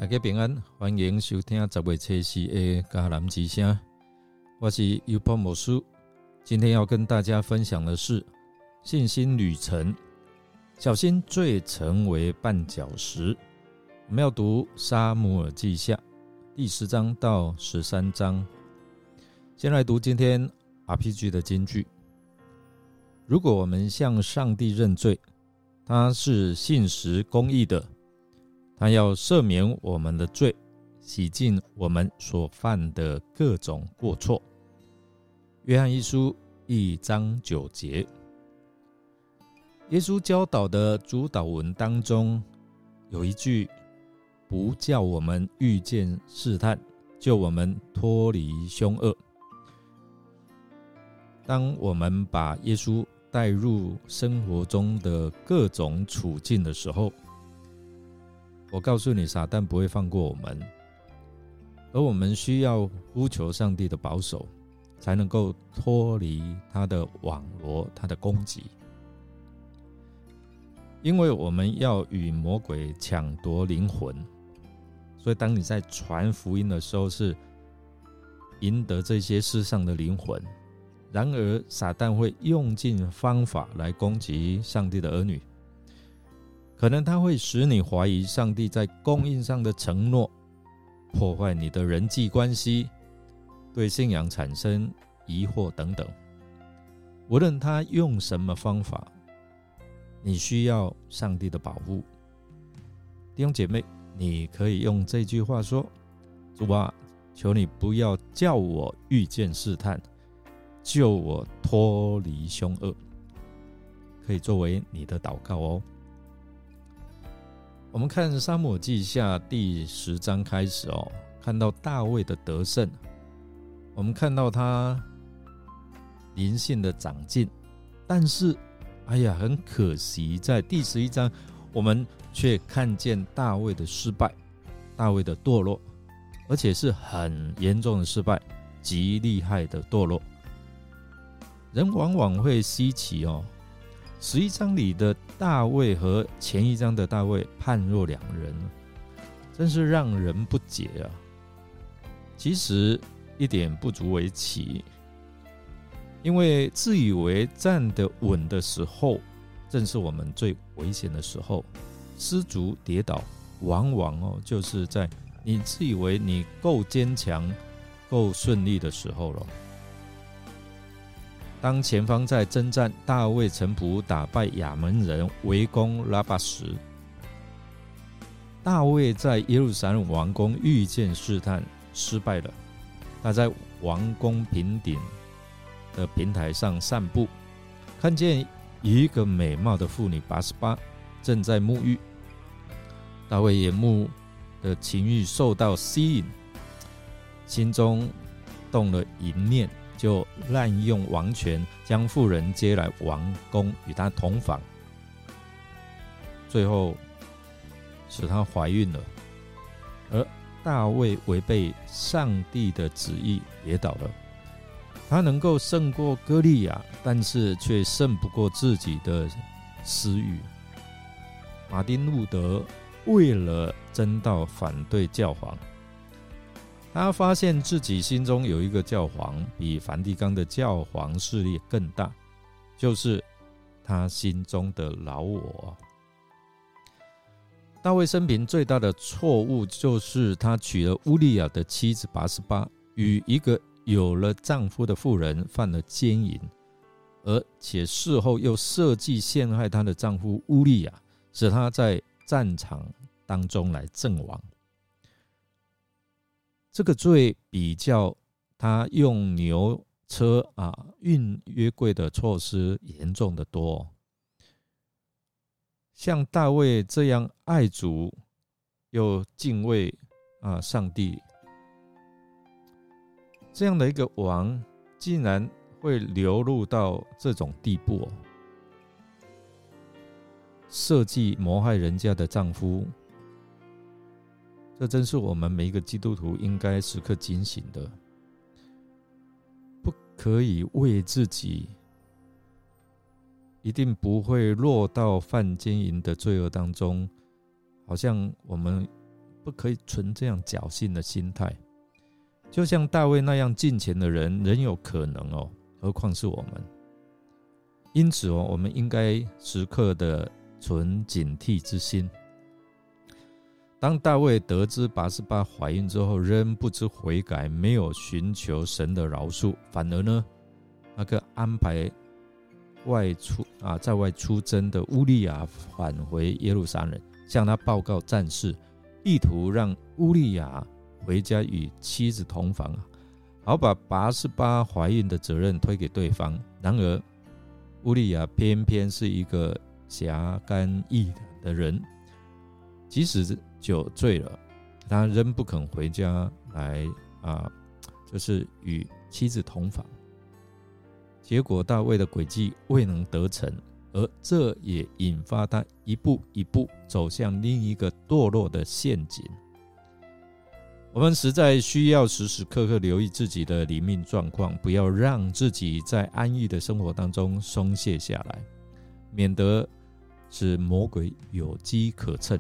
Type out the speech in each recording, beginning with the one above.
大家平安，欢迎收听10月7日的迦南之声，我是尤波牧师。今天要跟大家分享的是信心旅程，小心罪成为绊脚石。我们要读撒母耳记下第10章到13章。先来读今天 RPG 的金句。如果我们向上帝认罪，他是信实公义的，他要赦免我们的罪，洗净我们所犯的各种过错。约翰一书1章9节。耶稣教导的主祷文当中有一句，不叫我们遇见试探，救我们脱离凶恶。当我们把耶稣带入生活中的各种处境的时候，我告诉你，撒旦不会放过我们，而我们需要呼求上帝的保守，才能够脱离他的网罗，他的攻击。因为我们要与魔鬼抢夺灵魂，所以当你在传福音的时候，是赢得这些世上的灵魂。然而撒旦会用尽方法来攻击上帝的儿女，可能他会使你怀疑上帝在供应上的承诺，破坏你的人际关系，对信仰产生疑惑等等。无论他用什么方法，你需要上帝的保护。弟兄姐妹，你可以用这句话说：主啊，求你不要叫我遇见试探，救我脱离凶恶，可以作为你的祷告哦。我们看撒母耳记下第10章开始哦，看到大卫的得胜，我们看到他灵性的长进，但是很可惜，在第11章我们却看见大卫的失败，大卫的堕落，而且是很严重的失败，极厉害的堕落。人往往会稀奇11章里的大卫和前1章的大卫判若两人，真是让人不解啊。其实一点不足为奇，因为自以为站得稳的时候，正是我们最危险的时候。失足跌倒，往往就是在你自以为你够坚强、够顺利的时候了。当前方在征战，大卫臣仆打败亚扪人，围攻拉巴时，大卫在耶路撒冷王宫遇见试探，失败了。他在王宫平顶的平台上散步，看见一个美貌的妇女拔示巴正在沐浴。大卫眼目的情欲受到吸引，心中动了淫念，就滥用王权，将妇人接来王宫与她同房，最后使她怀孕了。而大卫违背上帝的旨意跌倒了，他能够胜过歌利亚，但是却胜不过自己的私欲。马丁路德为了争道反对教皇，他发现自己心中有一个教皇比梵蒂冈的教皇势力更大，就是他心中的老我。大卫生平最大的错误就是他娶了乌利亚的妻子拔示巴，与一个有了丈夫的妇人犯了奸淫，而且事后又设计陷害她的丈夫乌利亚，使他在战场当中来阵亡。这个罪比较他用牛车运约柜的措施严重得多。像大卫这样爱主又敬畏上帝，这样的一个王竟然会流入到这种地步设计谋害人家的丈夫，这真是我们每一个基督徒应该时刻警醒的。不可以为自己一定不会落到犯奸淫的罪恶当中，好像我们不可以存这样侥幸的心态。就像大卫那样敬虔的人，仍有可能哦，何况是我们。因此哦，我们应该时刻的存警惕之心。当大卫得知拔示巴怀孕之后，仍不知悔改，没有寻求神的饶恕，反而呢，那个安排在外出征的乌利亚返回耶路撒冷，向他报告战事，意图让乌利亚回家与妻子同房，好把拔示巴怀孕的责任推给对方。然而乌利亚偏偏是一个侠肝义的人，即使酒醉了，他仍不肯回家来就是与妻子同房。结果大卫的诡计未能得逞，而这也引发他一步一步走向另一个堕落的陷阱。我们实在需要时时刻刻留意自己的灵命状况，不要让自己在安逸的生活当中松懈下来，免得使魔鬼有机可乘。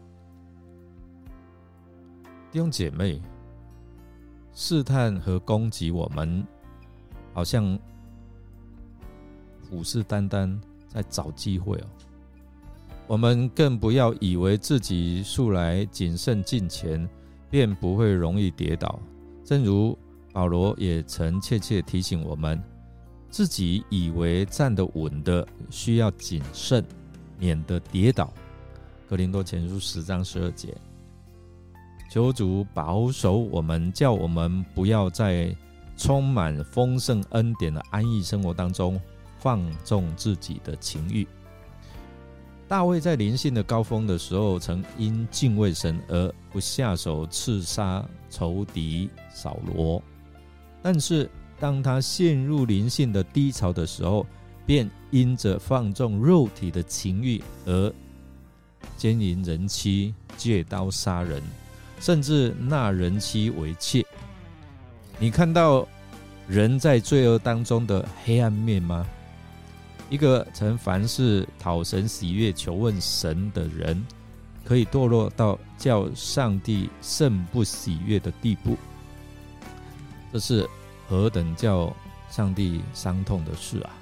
弟兄姐妹，试探和攻击我们，好像虎视眈眈在找机会哦。我们更不要以为自己素来谨慎敬虔，便不会容易跌倒。正如保罗也曾切切提醒我们，自己以为站得稳的，需要谨慎，免得跌倒。哥林多前书10章12节。求主保守我们，叫我们不要在充满丰盛恩典的安逸生活当中放纵自己的情欲。大卫在灵性的高峰的时候，曾因敬畏神而不下手刺杀仇敌扫罗，但是当他陷入灵性的低潮的时候，便因着放纵肉体的情欲而奸淫人妻，借刀杀人，甚至纳人妻为妾。你看到人在罪恶当中的黑暗面吗？一个曾凡事讨神喜悦求问神的人，可以堕落到叫上帝甚不喜悦的地步，这是何等叫上帝伤痛的事啊！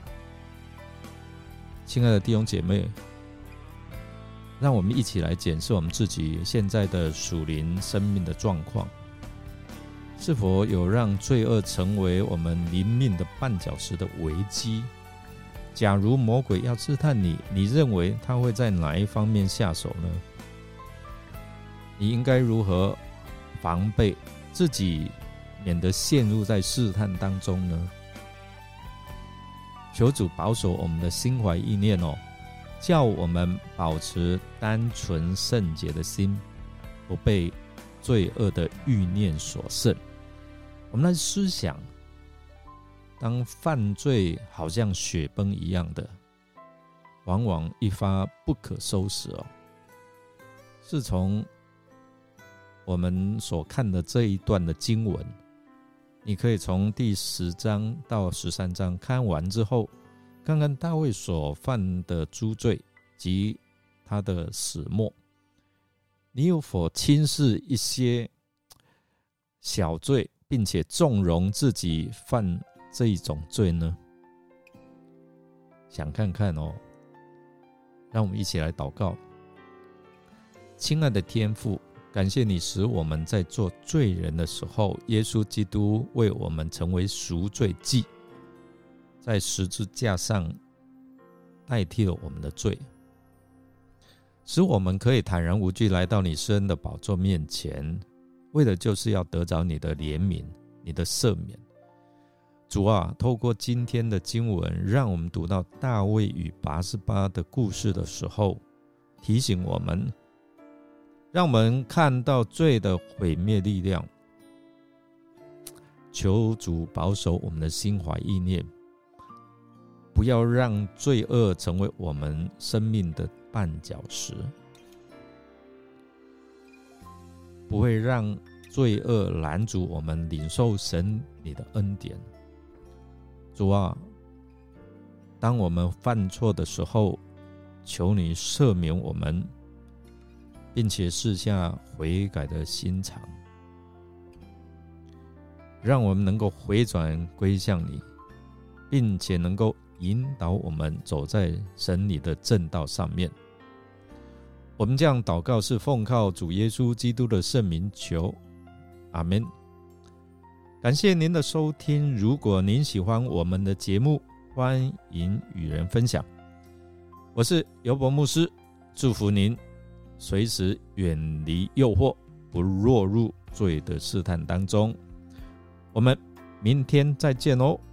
亲爱的弟兄姐妹，让我们一起来检视我们自己现在的属灵生命的状况，是否有让罪恶成为我们灵命的绊脚石的危机？假如魔鬼要试探你，你认为他会在哪一方面下手呢？你应该如何防备自己，免得陷入在试探当中呢？求主保守我们的心怀意念哦，叫我们保持单纯圣洁的心，不被罪恶的欲念所胜。我们来思想，当犯罪好像雪崩一样的，往往一发不可收拾哦。是从我们所看的这一段的经文，你可以从第10章到13章看完之后，看看大卫所犯的诸罪及他的始末，你有否轻视一些小罪，并且纵容自己犯这一种罪呢？想看看哦，让我们一起来祷告。亲爱的天父，感谢你使我们在做罪人的时候，耶稣基督为我们成为赎罪祭，在十字架上代替了我们的罪，使我们可以坦然无惧来到你施恩的宝座面前，为的就是要得着你的怜悯，你的赦免。主啊，透过今天的经文，让我们读到大卫与拔示巴的故事的时候，提醒我们，让我们看到罪的毁灭力量。求主保守我们的心怀意念，不要让罪恶成为我们生命的绊脚石，不会让罪恶拦阻我们领受神你的恩典。主啊，当我们犯错的时候，求你赦免我们， 并且赐下悔改的心肠，让我们能够回转归向你，并且能够引导我们走在神你的正道上面。我们这样祷告是奉靠主耶稣基督的圣名求，阿们。感谢您的收听，如果您喜欢我们的节目，欢迎与人分享。我是尤伯牧师，祝福您随时远离诱惑，不落入罪的试探当中。我们明天再见哦。